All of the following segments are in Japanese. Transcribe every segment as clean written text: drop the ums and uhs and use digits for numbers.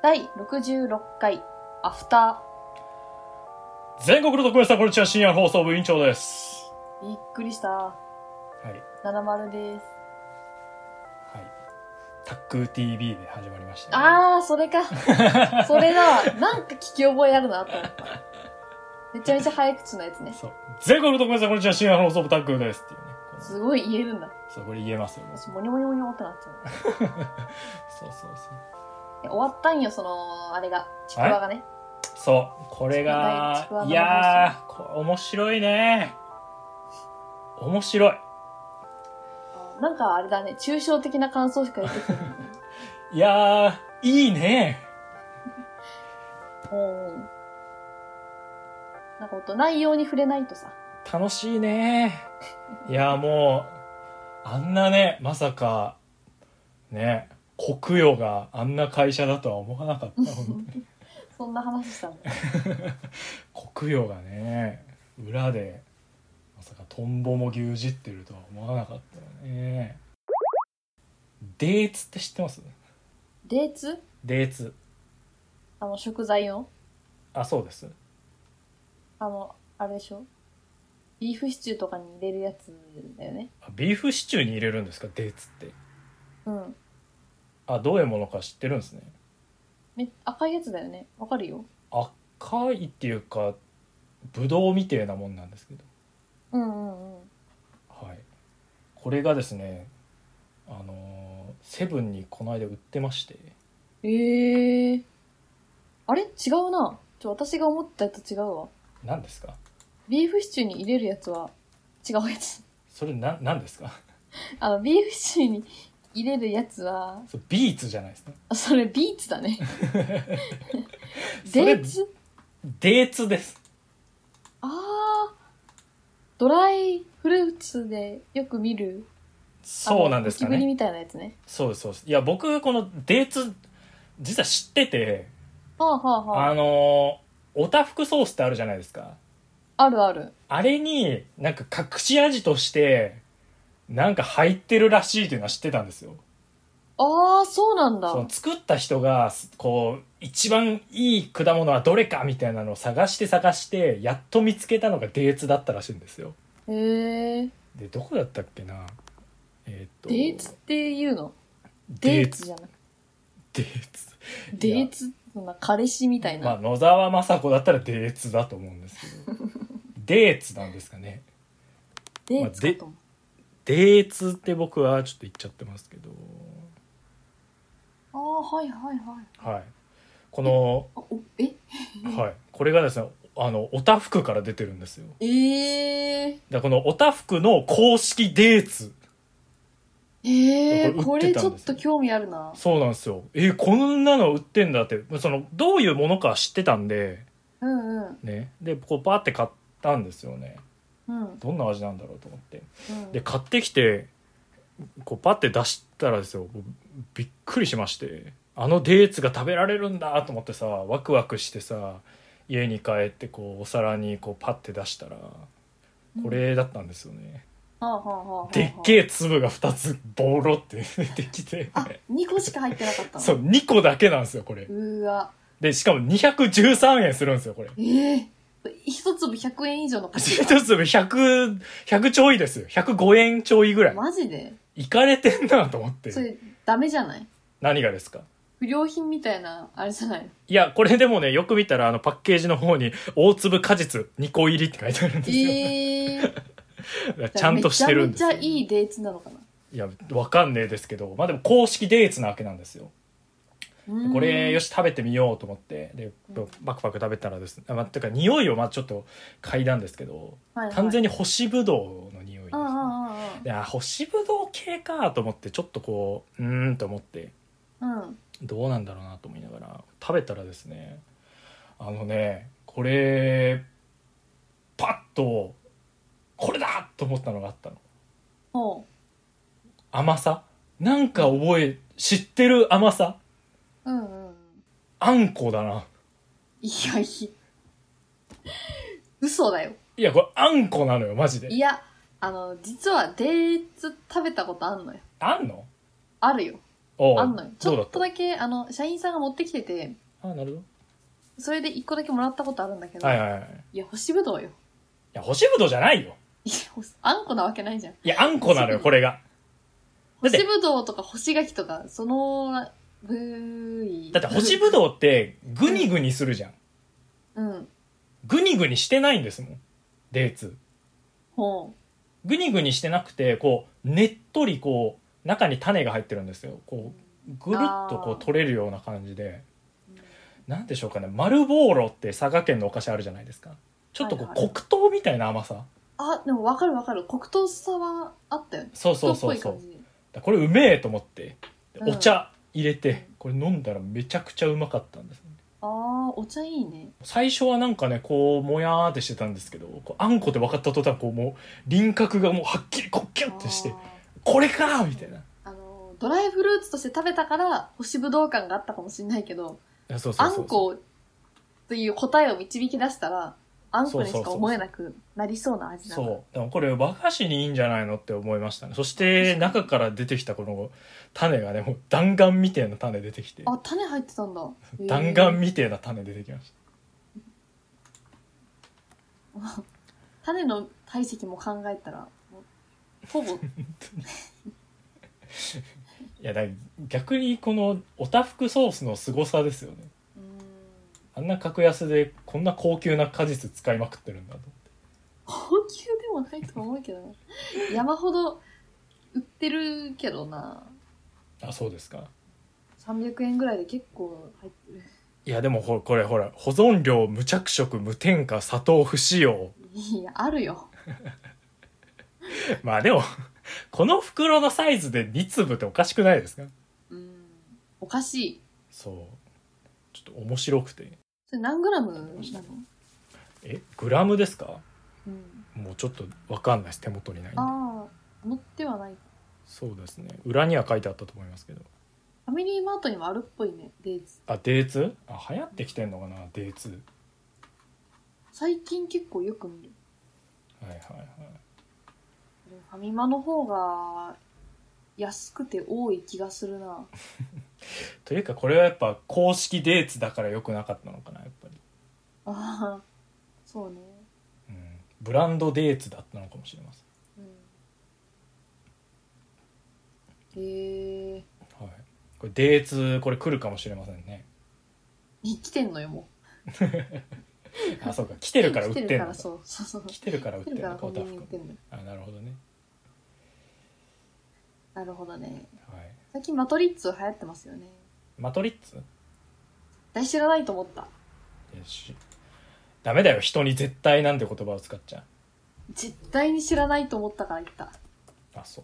第66回アフタ全国の特別さん、こんにちは。深夜放送部委員長です。 ー。びっくりした。 はい。 70です。 はい。タック TV で始まりました、 ね。あー、それか。それだわ。なんか聞き覚えあるなと思った。めちゃめちゃ早口のやつね。 そう。全国の特別さん、こんにちは。深夜放送部タックですっていうね。 すごい言えるんだ。 そう、これ言えますよ。 私、モニョモニョモニョってなっちゃう。 そうそうそう。 終わったんよ、あれが。ちくわがね。 そう。これが、いやー、面白いね。面白い。 なんかあれだね、抽象的な感想しか出てきてない。 いやー、いいね。 なんかほんと内容に触れないとさ。 楽しいね。いやもう、あんなね、まさか、ね、国与があんな会社だとは思わなかった。 そんな話したんだ。 国与がね、裏で、まさかトンボも牛耳ってるとは思わなかったよね。デーツって知ってます？ デーツ？ デーツ。 食材の？ あ、そうです。 あれでしょ？ビーフシチューとかに入れるやつだよね。 ビーフシチューに入れるんですか、デーツって。 うん。 あ、どういうものか知ってるんですね。 赤いやつだよね。わかるよ。 赤いっていうか、ブドウみたいなもんなんですけど。 うんうんうん。 はい。これがですね、セブンにこの間売ってまして。 あれ違うな。私が思ったやつ違うわ。 何ですか？ ビーフシチューに入れるやつは違うやつ。 それ何ですか？ ビーフシチューに入れるやつはビーツじゃないですか。 それビーツだね。デーツ？ デーツです。 ドライフルーツでよく見る。 そうなんですかね。 ゴキブリみたいなやつね。 そうですそうです。いや僕このデーツ実は知ってて、おたふくソースってあるじゃないですか。 あるある。 あれになんか隠し味としてなんか入ってるらしいというのは知ってたんですよ。 そうなんだ。 その作った人がこう一番いい果物はどれかみたいなのを探してやっと見つけたのがデーツだったらしいんですよ。でどこだったっけな。 デーツっていうの？デーツじゃなくて。デーツそんな彼氏みたいな。 野沢雅子だったらデーツだと思うんですけど。デーツなんですかね。 デーツかと思う。 デーツって僕はちょっと言っちゃってますけど。 はいこのはい、これがですね、おたふくから出てるんですよ。だこのおたふくの公式デーツ。 これちょっと興味あるな。 そうなんですよ。こんなの売ってんだって、どういうものか知ってたんで、ね、でこうバーって買ったんですよね。どんな味なんだろうと思って、で買ってきてこうパッて出したらですよ、びっくりしまして、デーツが食べられるんだと思ってさ、ワクワクしてさ、家に帰ってこうお皿にこうパッて出したらこれだったんですよね。でっけえ粒が2つボロって出てきて、 2個しか入ってなかったの？ そう2個だけなんですよこれ。でしかも213円するんですよこれ。 一粒100円以上の価値。 一粒100ちょいですよ。105円ちょいぐらい。 マジで？ いかれてんなと思って。 それダメじゃない？ 何がですか？ 不良品みたいなあれじゃない？ いやこれでもね、よく見たらパッケージの方に大粒果実2個入りって書いてあるんですよ。ちゃんとしてるんですよ。 めちゃめちゃいいデーツなのかな。 いやわかんねえですけど、でも公式デーツなわけなんですよ。これよし食べてみようと思ってでパクパク食べたらですね、てか匂いをちょっと嗅いだんですけど、完全に干しぶどうの匂いですね。いや干しぶどう系かと思って、ちょっとこうと思って、どうなんだろうなと思いながら食べたらですね、これパッとこれだと思ったのがあったの。甘さなんか知ってる甘さ。あんこだな。 いや嘘だよ。 いやこれあんこなのよマジで。 いや実はデーツ食べたことあんのよ。 あんの？ あるよ。 おあんのよ。ちどうだっょっとだけ、社員さんが持ってきてて、 た？あ、なるほそれで1個だけもらったことあるんだけど。 ど、 はいはいはい。 いや、干しぶどうよ。 いや、干しぶどうじゃないよ。 いや、あんこなわけないじゃん。 いや、あんこなのよ、これが。 干しぶどうとか干し柿とか、その部位。 だって干しぶどうってグニグニするじゃん。 うん。 グニグニしてないんですもん。デーツ。 ほグニグニしてなくて、こう、ねっとりこう、中に種が入ってるんですよ。こう、ぐるっとこう取れるような感じで。なんでしょうかね。丸ボーロって佐賀県のお菓子あるじゃないですか。ちょっとこう、 はいはい、 黒糖みたいな甘さ。 あ、でも分かる分かる。黒糖さはあったよね。 そうそうそうそう。 黒糖っぽい感じ。 これうめえと思って、 うんお茶入れて、これ飲んだらめちゃくちゃうまかったんですね。 あー、お茶いいね。 最初はなんかね、こう、もやーってしてたんですけど、こうあんこって分かった途端、こう、もう、輪郭がもうはっきりこう、キュッてして、これかーみたいな。 ドライフルーツとして食べたから干しぶどう感があったかもしれないけど、 そうそうそうそう、 あんこという答えを導き出したらあんこにしか思えなくなりそうな味なんだ。 そうでもこれ和菓子にいいんじゃないのって思いましたね。そして中から出てきたこの種がね、もう弾丸みたいな種出てきて、 あ、種入ってたんだ。 弾丸みたいな種出てきました。 種の体積も考えたらもうほぼいやだ逆にこのおたふくソースの凄さですよね。あんな格安でこんな高級な果実使いまくってるんだと高級でもないと思うけど山ほど売ってるけどな。 あ、そうですか。 300円ぐらいで結構入ってる。 いやでもこれほら、保存料無着色無添加砂糖不使用。 いや、あるよ。 まあでもこの袋のサイズで2粒っておかしくないですか？ おかしい。 そう、ちょっと面白くて。 それ何グラムなの？ グラムですか？ うん、 もうちょっと分かんないです、手元にないんで。 ああ、載ってはない。 そうですね、裏には書いてあったと思いますけど。 ファミリーマートにもあるっぽいね、デーツ。 あ、デーツ？あ、流行ってきてんのかな、デーツ。 最近結構よく見る。 はいはいはい。 ファミマの方が安くて多い気がするな。 というかこれはやっぱ公式デーツだから良くなかったのかな、やっぱり。 ああ、そうね。 うん、ブランドデーツだったのかもしれません。 へえ。 はい。これデーツ、これ来るかもしれませんね。 来てんのよ、もう。 あ、そうか、来てるから売ってんの。 来てるから、そうそうそう。 来てるから売ってんのか、 コンビニに売ってんの。 あ、なるほどね。 なるほどね。 はい。 最近マトリッツ流行ってますよね。 マトリッツ？ 絶対知らないと思った。 ダメだよ、人に絶対なんて言葉を使っちゃう。 絶対に知らないと思ったから言った。 あ、そう。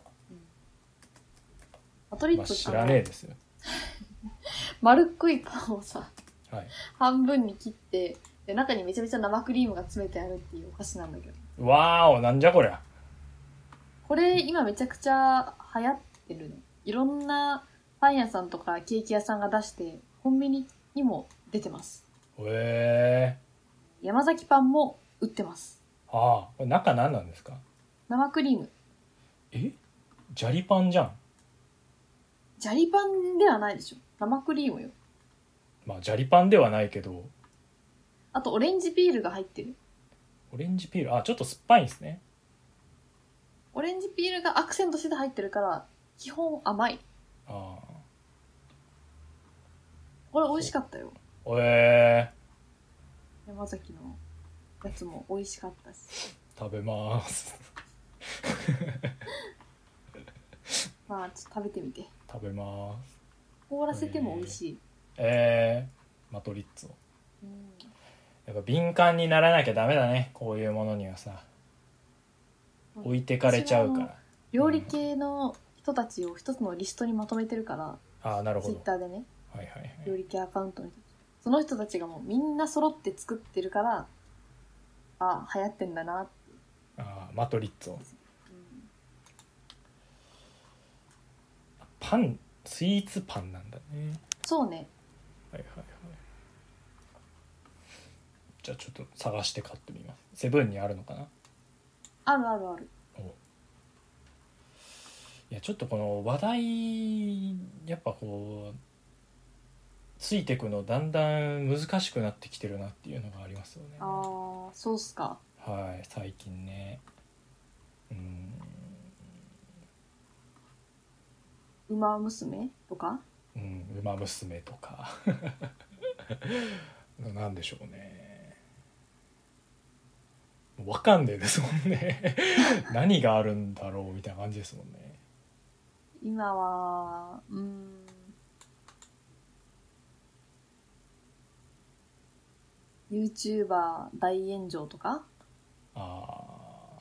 マトリッツ、 まあ、知らねえですよ。 丸っこいパンをさ、 はい、 半分に切ってで中にめちゃめちゃ生クリームが詰めてあるっていうお菓子なんだけど。 わーお、なんじゃこりゃ。 これ今めちゃくちゃ流行ってるね。いろんなパン屋さんとかケーキ屋さんが出してコンビニにも出てます。山崎パンも売ってます。 ああ、これ中何なんですか？ 生クリーム。 ジャリパンじゃん。 ジャリパンではないでしょ。生クリームよ。 まあジャリパンではないけど。 あとオレンジピールが入ってる。 オレンジピール、あ、ちょっと酸っぱいんですね。 オレンジピールがアクセントして入ってるから基本甘い。 ああ、 これ美味しかったよ。山崎のやつも美味しかったし。 食べますまあちょっと食べてみて。 食べます。 凍らせても美味しい。 マトリッツを、やっぱ敏感にならなきゃダメだね、こういうものにはさ。置いてかれちゃうから。 料理系の人たちを一つのリストにまとめてるから、 ああ、なるほど。 ツイッターでね、 はいはいはい、 料理系アカウントの人、その人たちがもうみんな揃って作ってるから、あ、流行ってんだなって。 ああ、マトリッツを、パン、スイーツパンなんだね。 そうね。 はいはいはい。じゃあちょっと探して買ってみます。セブンにあるのかな？ あるあるある。 いやちょっとこの話題やっぱこうついてくのだんだん難しくなってきてるなっていうのがありますよね。 ああ、そうっすか。 はい、最近ね。 馬娘とか。 ウマ娘とかなんでしょうね。わかんねえですもんね何があるんだろうみたいな感じですもんね。 今は、YouTuber 大炎上とか。 あ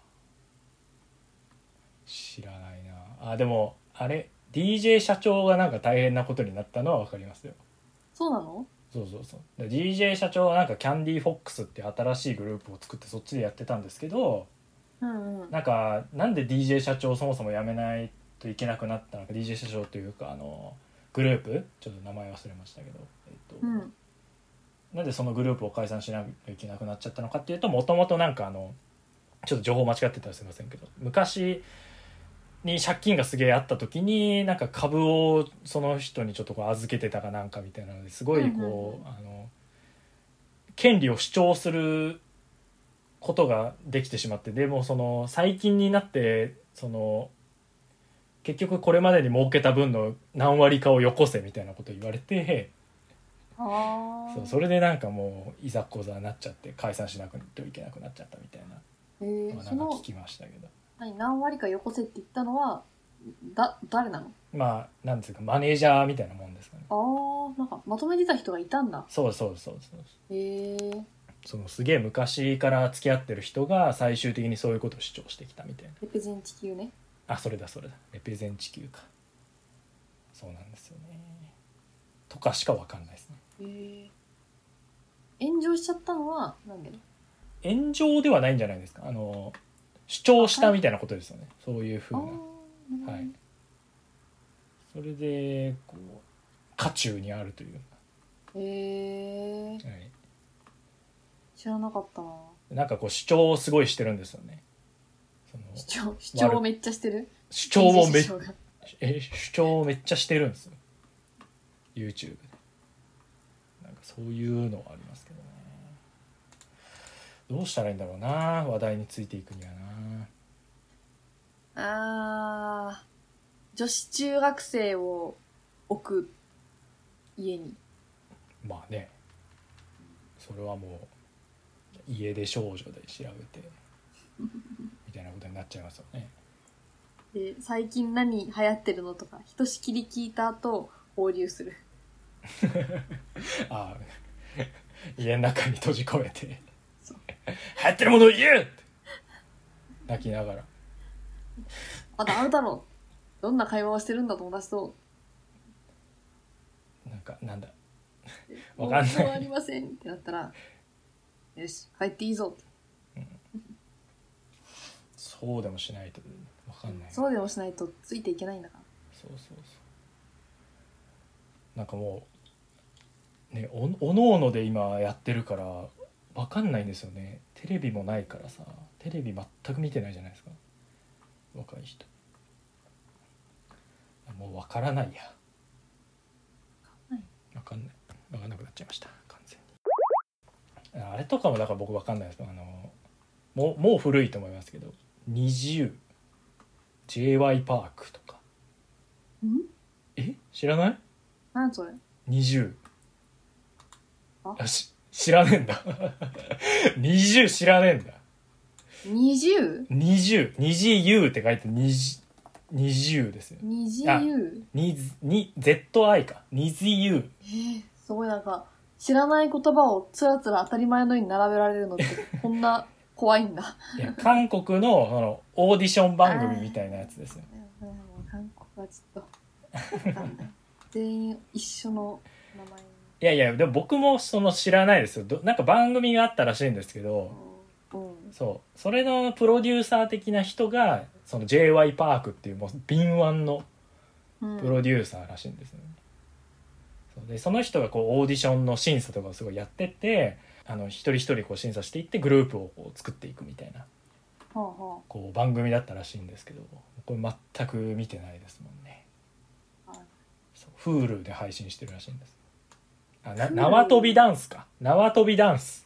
知らないな。でもあれ DJ 社長がなんか大変なことになったのは分かりますよ。 そうなの？ そうそうそう。で DJ 社長はなんかキャンディーフォックスっていう新しいグループを作ってそっちでやってたんですけど、なんで DJ 社長をそもそも辞めないといけなくなったのか。 DJ 社長というかグループちょっと名前忘れましたけど、なんでそのグループを解散しなきゃいけなくなっちゃったのかっていうと、もともとなんかちょっと情報間違ってたらすいませんけど、昔に借金がすげえあった時になんか株をその人にちょっとこう預けてたかなんかみたいなのですごいこう、権利を主張することができてしまって、でもその最近になって結局これまでに儲けた分の何割かをよこせみたいなこと言われて、それでなんかもういざこざになっちゃって解散しなくてはいけなくなっちゃったみたいな、なんか聞きましたけど。 何割かよこせって言ったのは誰なの？ まあなんですか、マネージャーみたいなもんですかね。 なんかまとめてた人がいたんだ。 そうすげえ昔から付き合ってる人が最終的にそういうことを主張してきたみたいな。 レペゼン地球ね。 それだレペゼン地球か。そうなんですよね。とかしか分かんないですね。 炎上しちゃったのはなんで？ 炎上ではないんじゃないですか。主張したみたいなことですよね。そういうふうな。はい。それでこう渦中にあるという。はい、 知らなかったな。 なんかこう主張をすごいしてるんですよね。 主張をめっちゃしてる。 主張をめっちゃしてるんですよ。YouTube で。なんかそういうのはありますけどね。どうしたらいいんだろうな、話題についていくにはな。女子中学生を置く家に。 まあね、それはもう家出少女で調べてみたいなことになっちゃいますよね。 で最近何流行ってるのとかひとしきり聞いた後放流する家の中に閉じ込めて流行ってるものを言うって泣きながらダメだろう、どんな会話をしてるんだ友達と。 なんだわかんない。 もうありませんってなったら、よし帰っていいぞって、 そうでもしないとわかんない。 そうでもしないとついていけないんだから。 なんかもうね、おのおので今やってるからわかんないんですよね。テレビもないからさ、テレビ全く見てないじゃないですか、若い人。もうわからないや。わかんなくなっちゃいました完全に。あれとかもだから僕わかんないです。もう古いと思いますけど、20 JY パークとか。知らない？ 何それ 20知らねえんだ20知らねえんだ。 20？ 20 20U って書いて20ですよ。 20U？ ZI か 20U。 すごいなんか知らない言葉をつらつら当たり前のように並べられるのってこんな怖いんだ。 いや韓国のオーディション番組みたいなやつですよ。 韓国はちょっと分かんない全員一緒の名前。 いやでも僕も知らないですよ。なんか番組があったらしいんですけど、それのプロデューサー的な人がその JY パークっていうもう敏腕のプロデューサーらしいんですよね。でその人がこうオーディションの審査とかをすごいやってて、一人一人こう審査していってグループをこう作っていくみたいなはあはこう番組だったらしいんですけど、これ全く見てないですもんね。 あ。はい。 そう Hulu で配信してるらしいんです。 Hulu 縄跳びダンスか、縄跳びダンス。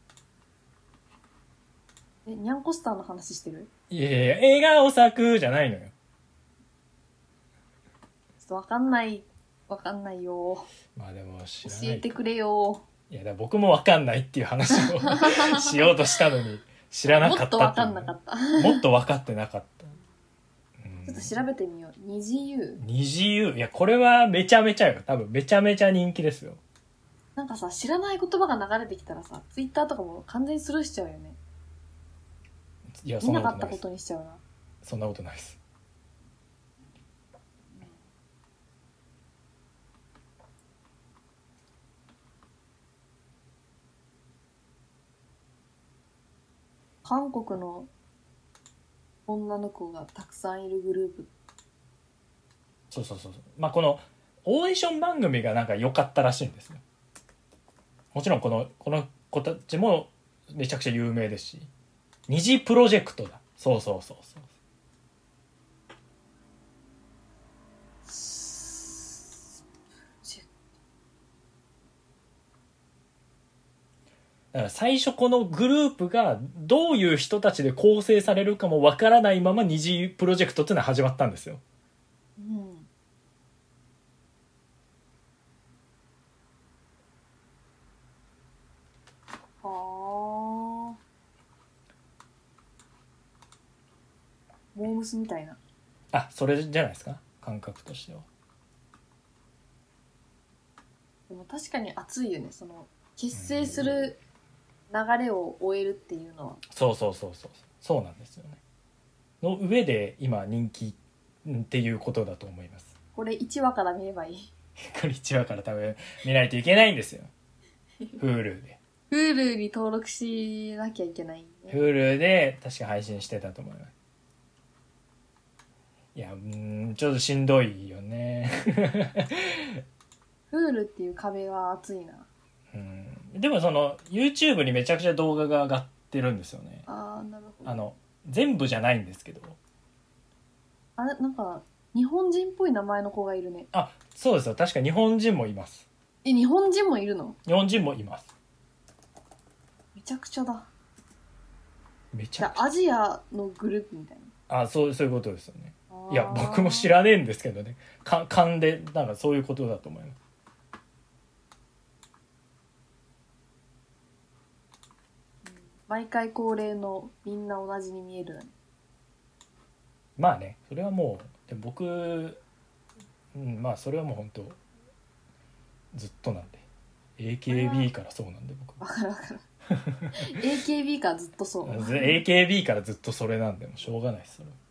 ニャンコスターの話してる？ いやいや笑顔咲くじゃないのよ。 ちょっとわかんないよ。 まあでも知ら教ないえてくれよ。 いやだから僕も分かんないっていう話をしようとしたのに知らなかったっていう。 もっとわかんなかった。 もっと分かってなかった、 ちょっと調べてみよう。二次優。 虹優、いやこれはめちゃめちゃよ、多分めちゃめちゃ人気ですよ。 なんかさ、知らない言葉が流れてきたらさ、ツイッターとかも完全にスルーしちゃうよね。 いや見なかったこそんなことないです、 とにしちゃうな。 そんなことないです。 韓国の女の子がたくさんいるグループ。 そうそうそうそう、まあこのオーディション番組がなんか良かったらしいんですよ。もちろんこの子たちもめちゃくちゃ有名ですし、二次プロジェクトだ、そうそうそうそう、だから最初このグループがどういう人たちで構成されるかもわからないまま二次プロジェクトっていうのは始まったんですよ。 うん。はあ。モームスみたいな。 あ、それじゃないですか、感覚としては。 でも確かに熱いよね。その結成する流れを終えるっていうのは。 そうそうそうそう、そうなんですよね。の上で今人気っていうことだと思います。 これ1話から見ればいい。 これ1話から多分見ないといけないんですよ。Hulu で。 Hulu に登録しなきゃいけないね。 Hulu で確か配信してたと思います。いやちょっとしんどいよね。 Hulu っていう壁は厚いな。 でもその YouTube にめちゃくちゃ動画が上がってるんですよね。 ああ、なるほど。 全部じゃないんですけど。 あれ、なんか日本人っぽい名前の子がいるね。 あ、そうですよ、確か日本人もいます。 日本人もいるの？ 日本人もいます。 めちゃくちゃだ。 めちゃくちゃ。 アジアのグループみたいな。 そういうことですよね。いや僕も知らねえんですけどね、勘でなんかそういうことだと思います。 毎回恒例のみんな同じに見えるだね。 まあね、それはもうで僕、まあそれはもう本当ずっとなんで AKB からそうなんで僕わかるわかる。AKB からずっとそう。 AKB からずっとそれなんでもうしょうがないですそれは。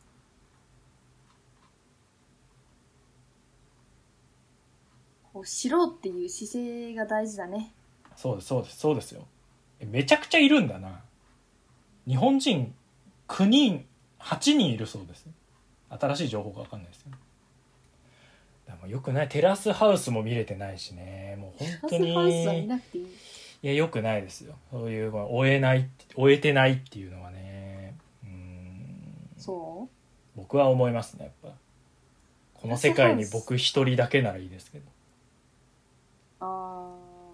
こう知ろうっていう姿勢が大事だね。 そうですそうですそうですよ。めちゃくちゃいるんだな。日本人9人8人いるそうです。新しい情報が分かんないですよ。でもよくない、テラスハウスも見れてないしね、もう本当に。 テラスハウスは見なくていい。 いやよくないですよ、そういう終えてないっていうのはね。 そう？ 僕は思いますね、やっぱこの世界に僕一人だけならいいですけど。 あ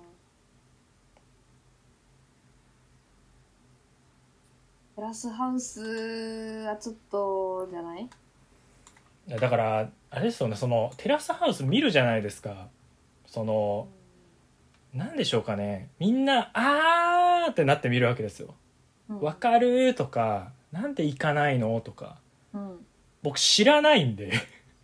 テラスハウスはちょっとじゃない？ だからあれですよね、そのテラスハウス見るじゃないですか。そのなんでしょうかね、みんなあーってなって見るわけですよ。わかるとか、なんで行かないのとか、僕知らないんで。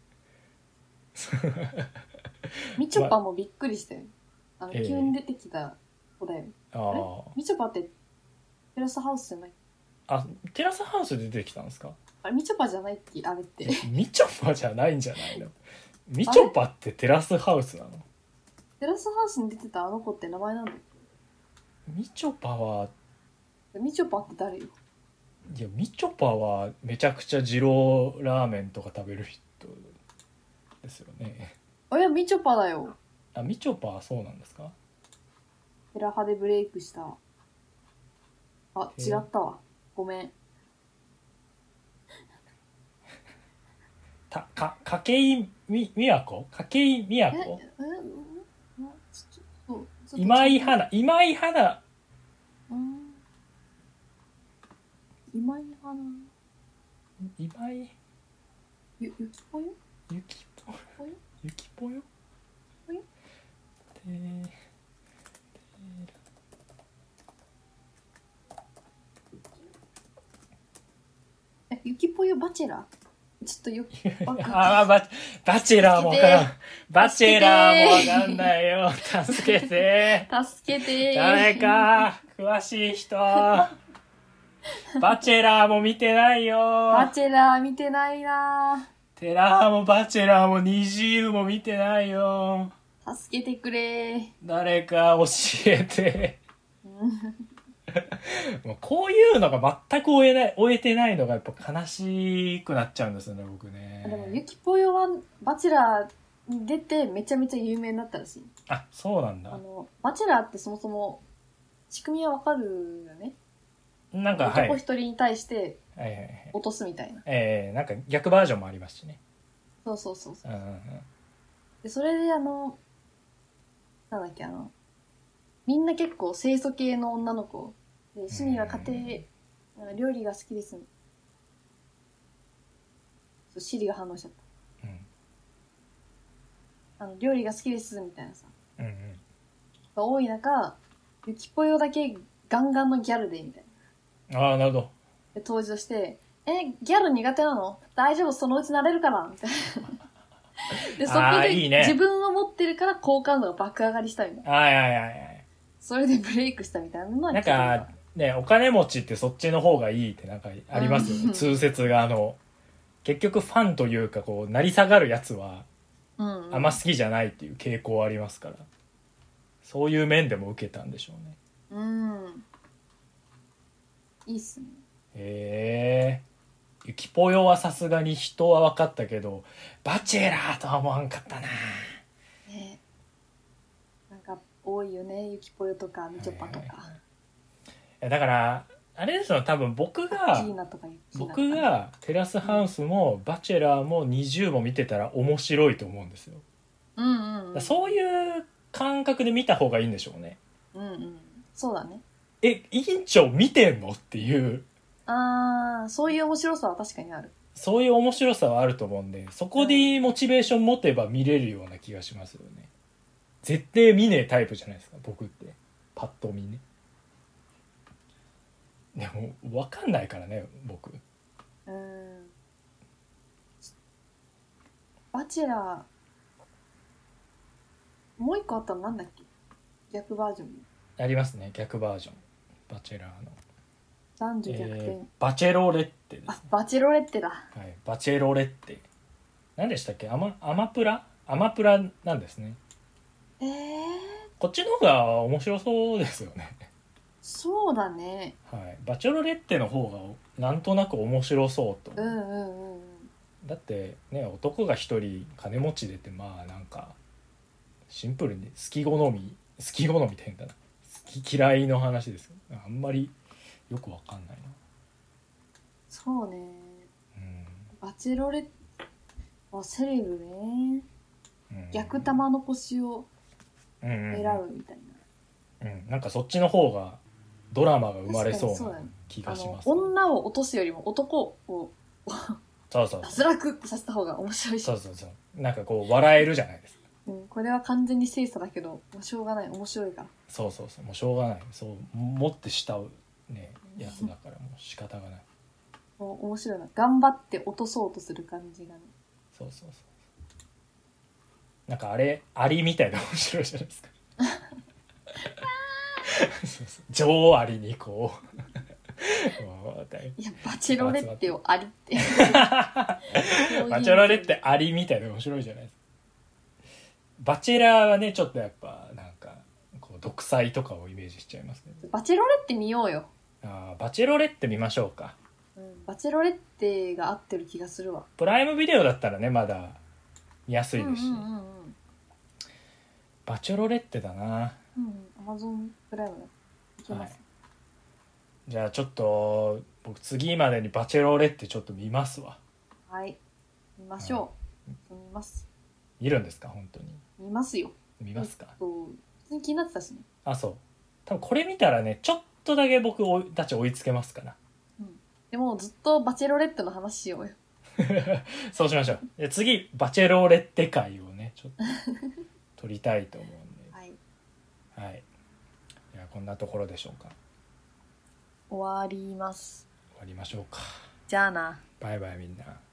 みちょぱもびっくりしたよ。急に出てきた子だよ。みちょぱってテラスハウスじゃない？ テラスハウスで出てきたんですか？ みちょぱじゃないっけあれって。 みちょぱじゃないんじゃないの？みちょぱってテラスハウスなの？ テラスハウスに出てたあの子って名前なんだっけ？ みちょぱは、 みちょぱって誰よ？ いやみちょぱはめちゃくちゃ二郎ラーメンとか食べる人ですよね。 いやみちょぱだよ。 みちょぱはそうなんですか？ テラハでブレイクした。違ったわ。ごめん。 筧美和子筧美和子今井花今井花今井花今井ゆきぽよゆきぽよゆきぽよバチェラーちょっとよくバチェラーもわからんバチェラーもわかんないよ助けて助けて誰か詳しい人バチェラーも見てないよバチェラー見てないなテラーもバチェラーもニジールも見てないよ助けてくれ誰か教えてもうこういうのが全く終えてないのがやっぱ悲しくなっちゃうんですよね僕ね。 でもゆきぽよはバチェラーに出てめちゃめちゃ有名になったらしい。 あ、そうなんだ。 バチェラーってそもそも仕組みはわかるよね。 なんか男一人に対してはいはいはい、 落とすみたいな。 なんか逆バージョンもありますしね。 そうそうそうそう。 うんうんうん、 でそれでなんだっけみんな結構清楚系の女の子で趣味は家庭料理が好きです。シリが反応しちゃった。料理が好きですみたいなさ、 うんうん、 が多い中、ゆきぽよだけガンガンのギャルでみたいな。 ああ、なるほど。 で登場して、ギャル苦手なの？大丈夫、そのうち慣れるからみたいな。でそこでいいね、 自分を持ってるから好感度が爆上がりしたみたいな。 はいはいはいはい。 それでブレイクしたみたいなのはなんかね、お金持ちってそっちの方がいいってなんかありますよね。通説が結局ファンというかこう成り下がるやつはあんま好きじゃないっていう傾向ありますから、そういう面でも受けたんでしょうね。 いいっすね。 ゆきぽよはさすがに人は分かったけどバチェラーとは思わんかったな。 なんか多いよね、ゆきぽよとかみちょぱとか。 だからあれですよ、多分僕がテラスハウスもバチェラーも20も見てたら面白いと思うんですよ。そういう感覚で見た方がいいんでしょうね。 そうだね。 委員長見てんのっていう。 そういう面白さは確かにある。 そういう面白さはあると思うんで、そこでモチベーション持てば見れるような気がしますよね。絶対見ねえタイプじゃないですか僕って、パッと見ね。でも分かんないからね僕。 バチェラーもう一個あったのなんだっけ、逆バージョンありますね、逆バージョン。バチェラーの男女逆転、 バチェロレッテです、ね。 バチェロレッテだ。 はい、バチェロレッテ。何でしたっけ、アマプラなんですね。こっちの方が面白そうですよね。 そうだね。 はい、バチェロレッテの方がなんとなく面白そうと。だってね、男が一人金持ちでってまあなんかシンプルに好き好みって変だな、好き嫌いの話ですよ。あんまりよくわかんないな。 そうね、バチェロレッテセレブね、逆玉の星を選ぶみたいな、 なんかそっちの方がドラマが生まれそうな気がします、ね。 女を落とすよりも男を脱落ってさせた方が面白いし、 なんかこう笑えるじゃないですか。 これは完全に精査だけどもうしょうがない、面白いから。 もうしょうがない、そう持って慕うねやつだからもう仕方がない。 もう面白いな、頑張って落とそうとする感じがね。 なんかあれアリみたいな面白いじゃないですか。女王アリにこういやバチェロレッテをアリってバチェロレッテアリみたいな面白いじゃないですか。バチェラーはねちょっとやっぱなんかこう独裁とかをイメージしちゃいますね。 バチェロレッテ見ようよ。 バチェロレッテ見ましょうか。 バチェロレッテが合ってる気がするわ。 プライムビデオだったらねまだ見やすいですし、バチェロレッテだな。 アマゾンプライムいけます、 じゃあちょっと僕次までにバチェロレッテちょっと見ますわ。 はい。 見ましょう。見ます。 見るんですか本当に。 見ますよ。 見ますか。 普通に気になってたしね。 あ、そう。多分これ見たらねちょっとだけ僕たち追いつけますから。 うん。でもずっとバチェロレッテの話しようよ。 そうしましょう。で次バチェロレッテ会をねちょっと撮りたいと思うんで。 はい。 はい。いやこんなところでしょうか。 終わります。 終わりましょうか。 じゃあな。 バイバイみんな。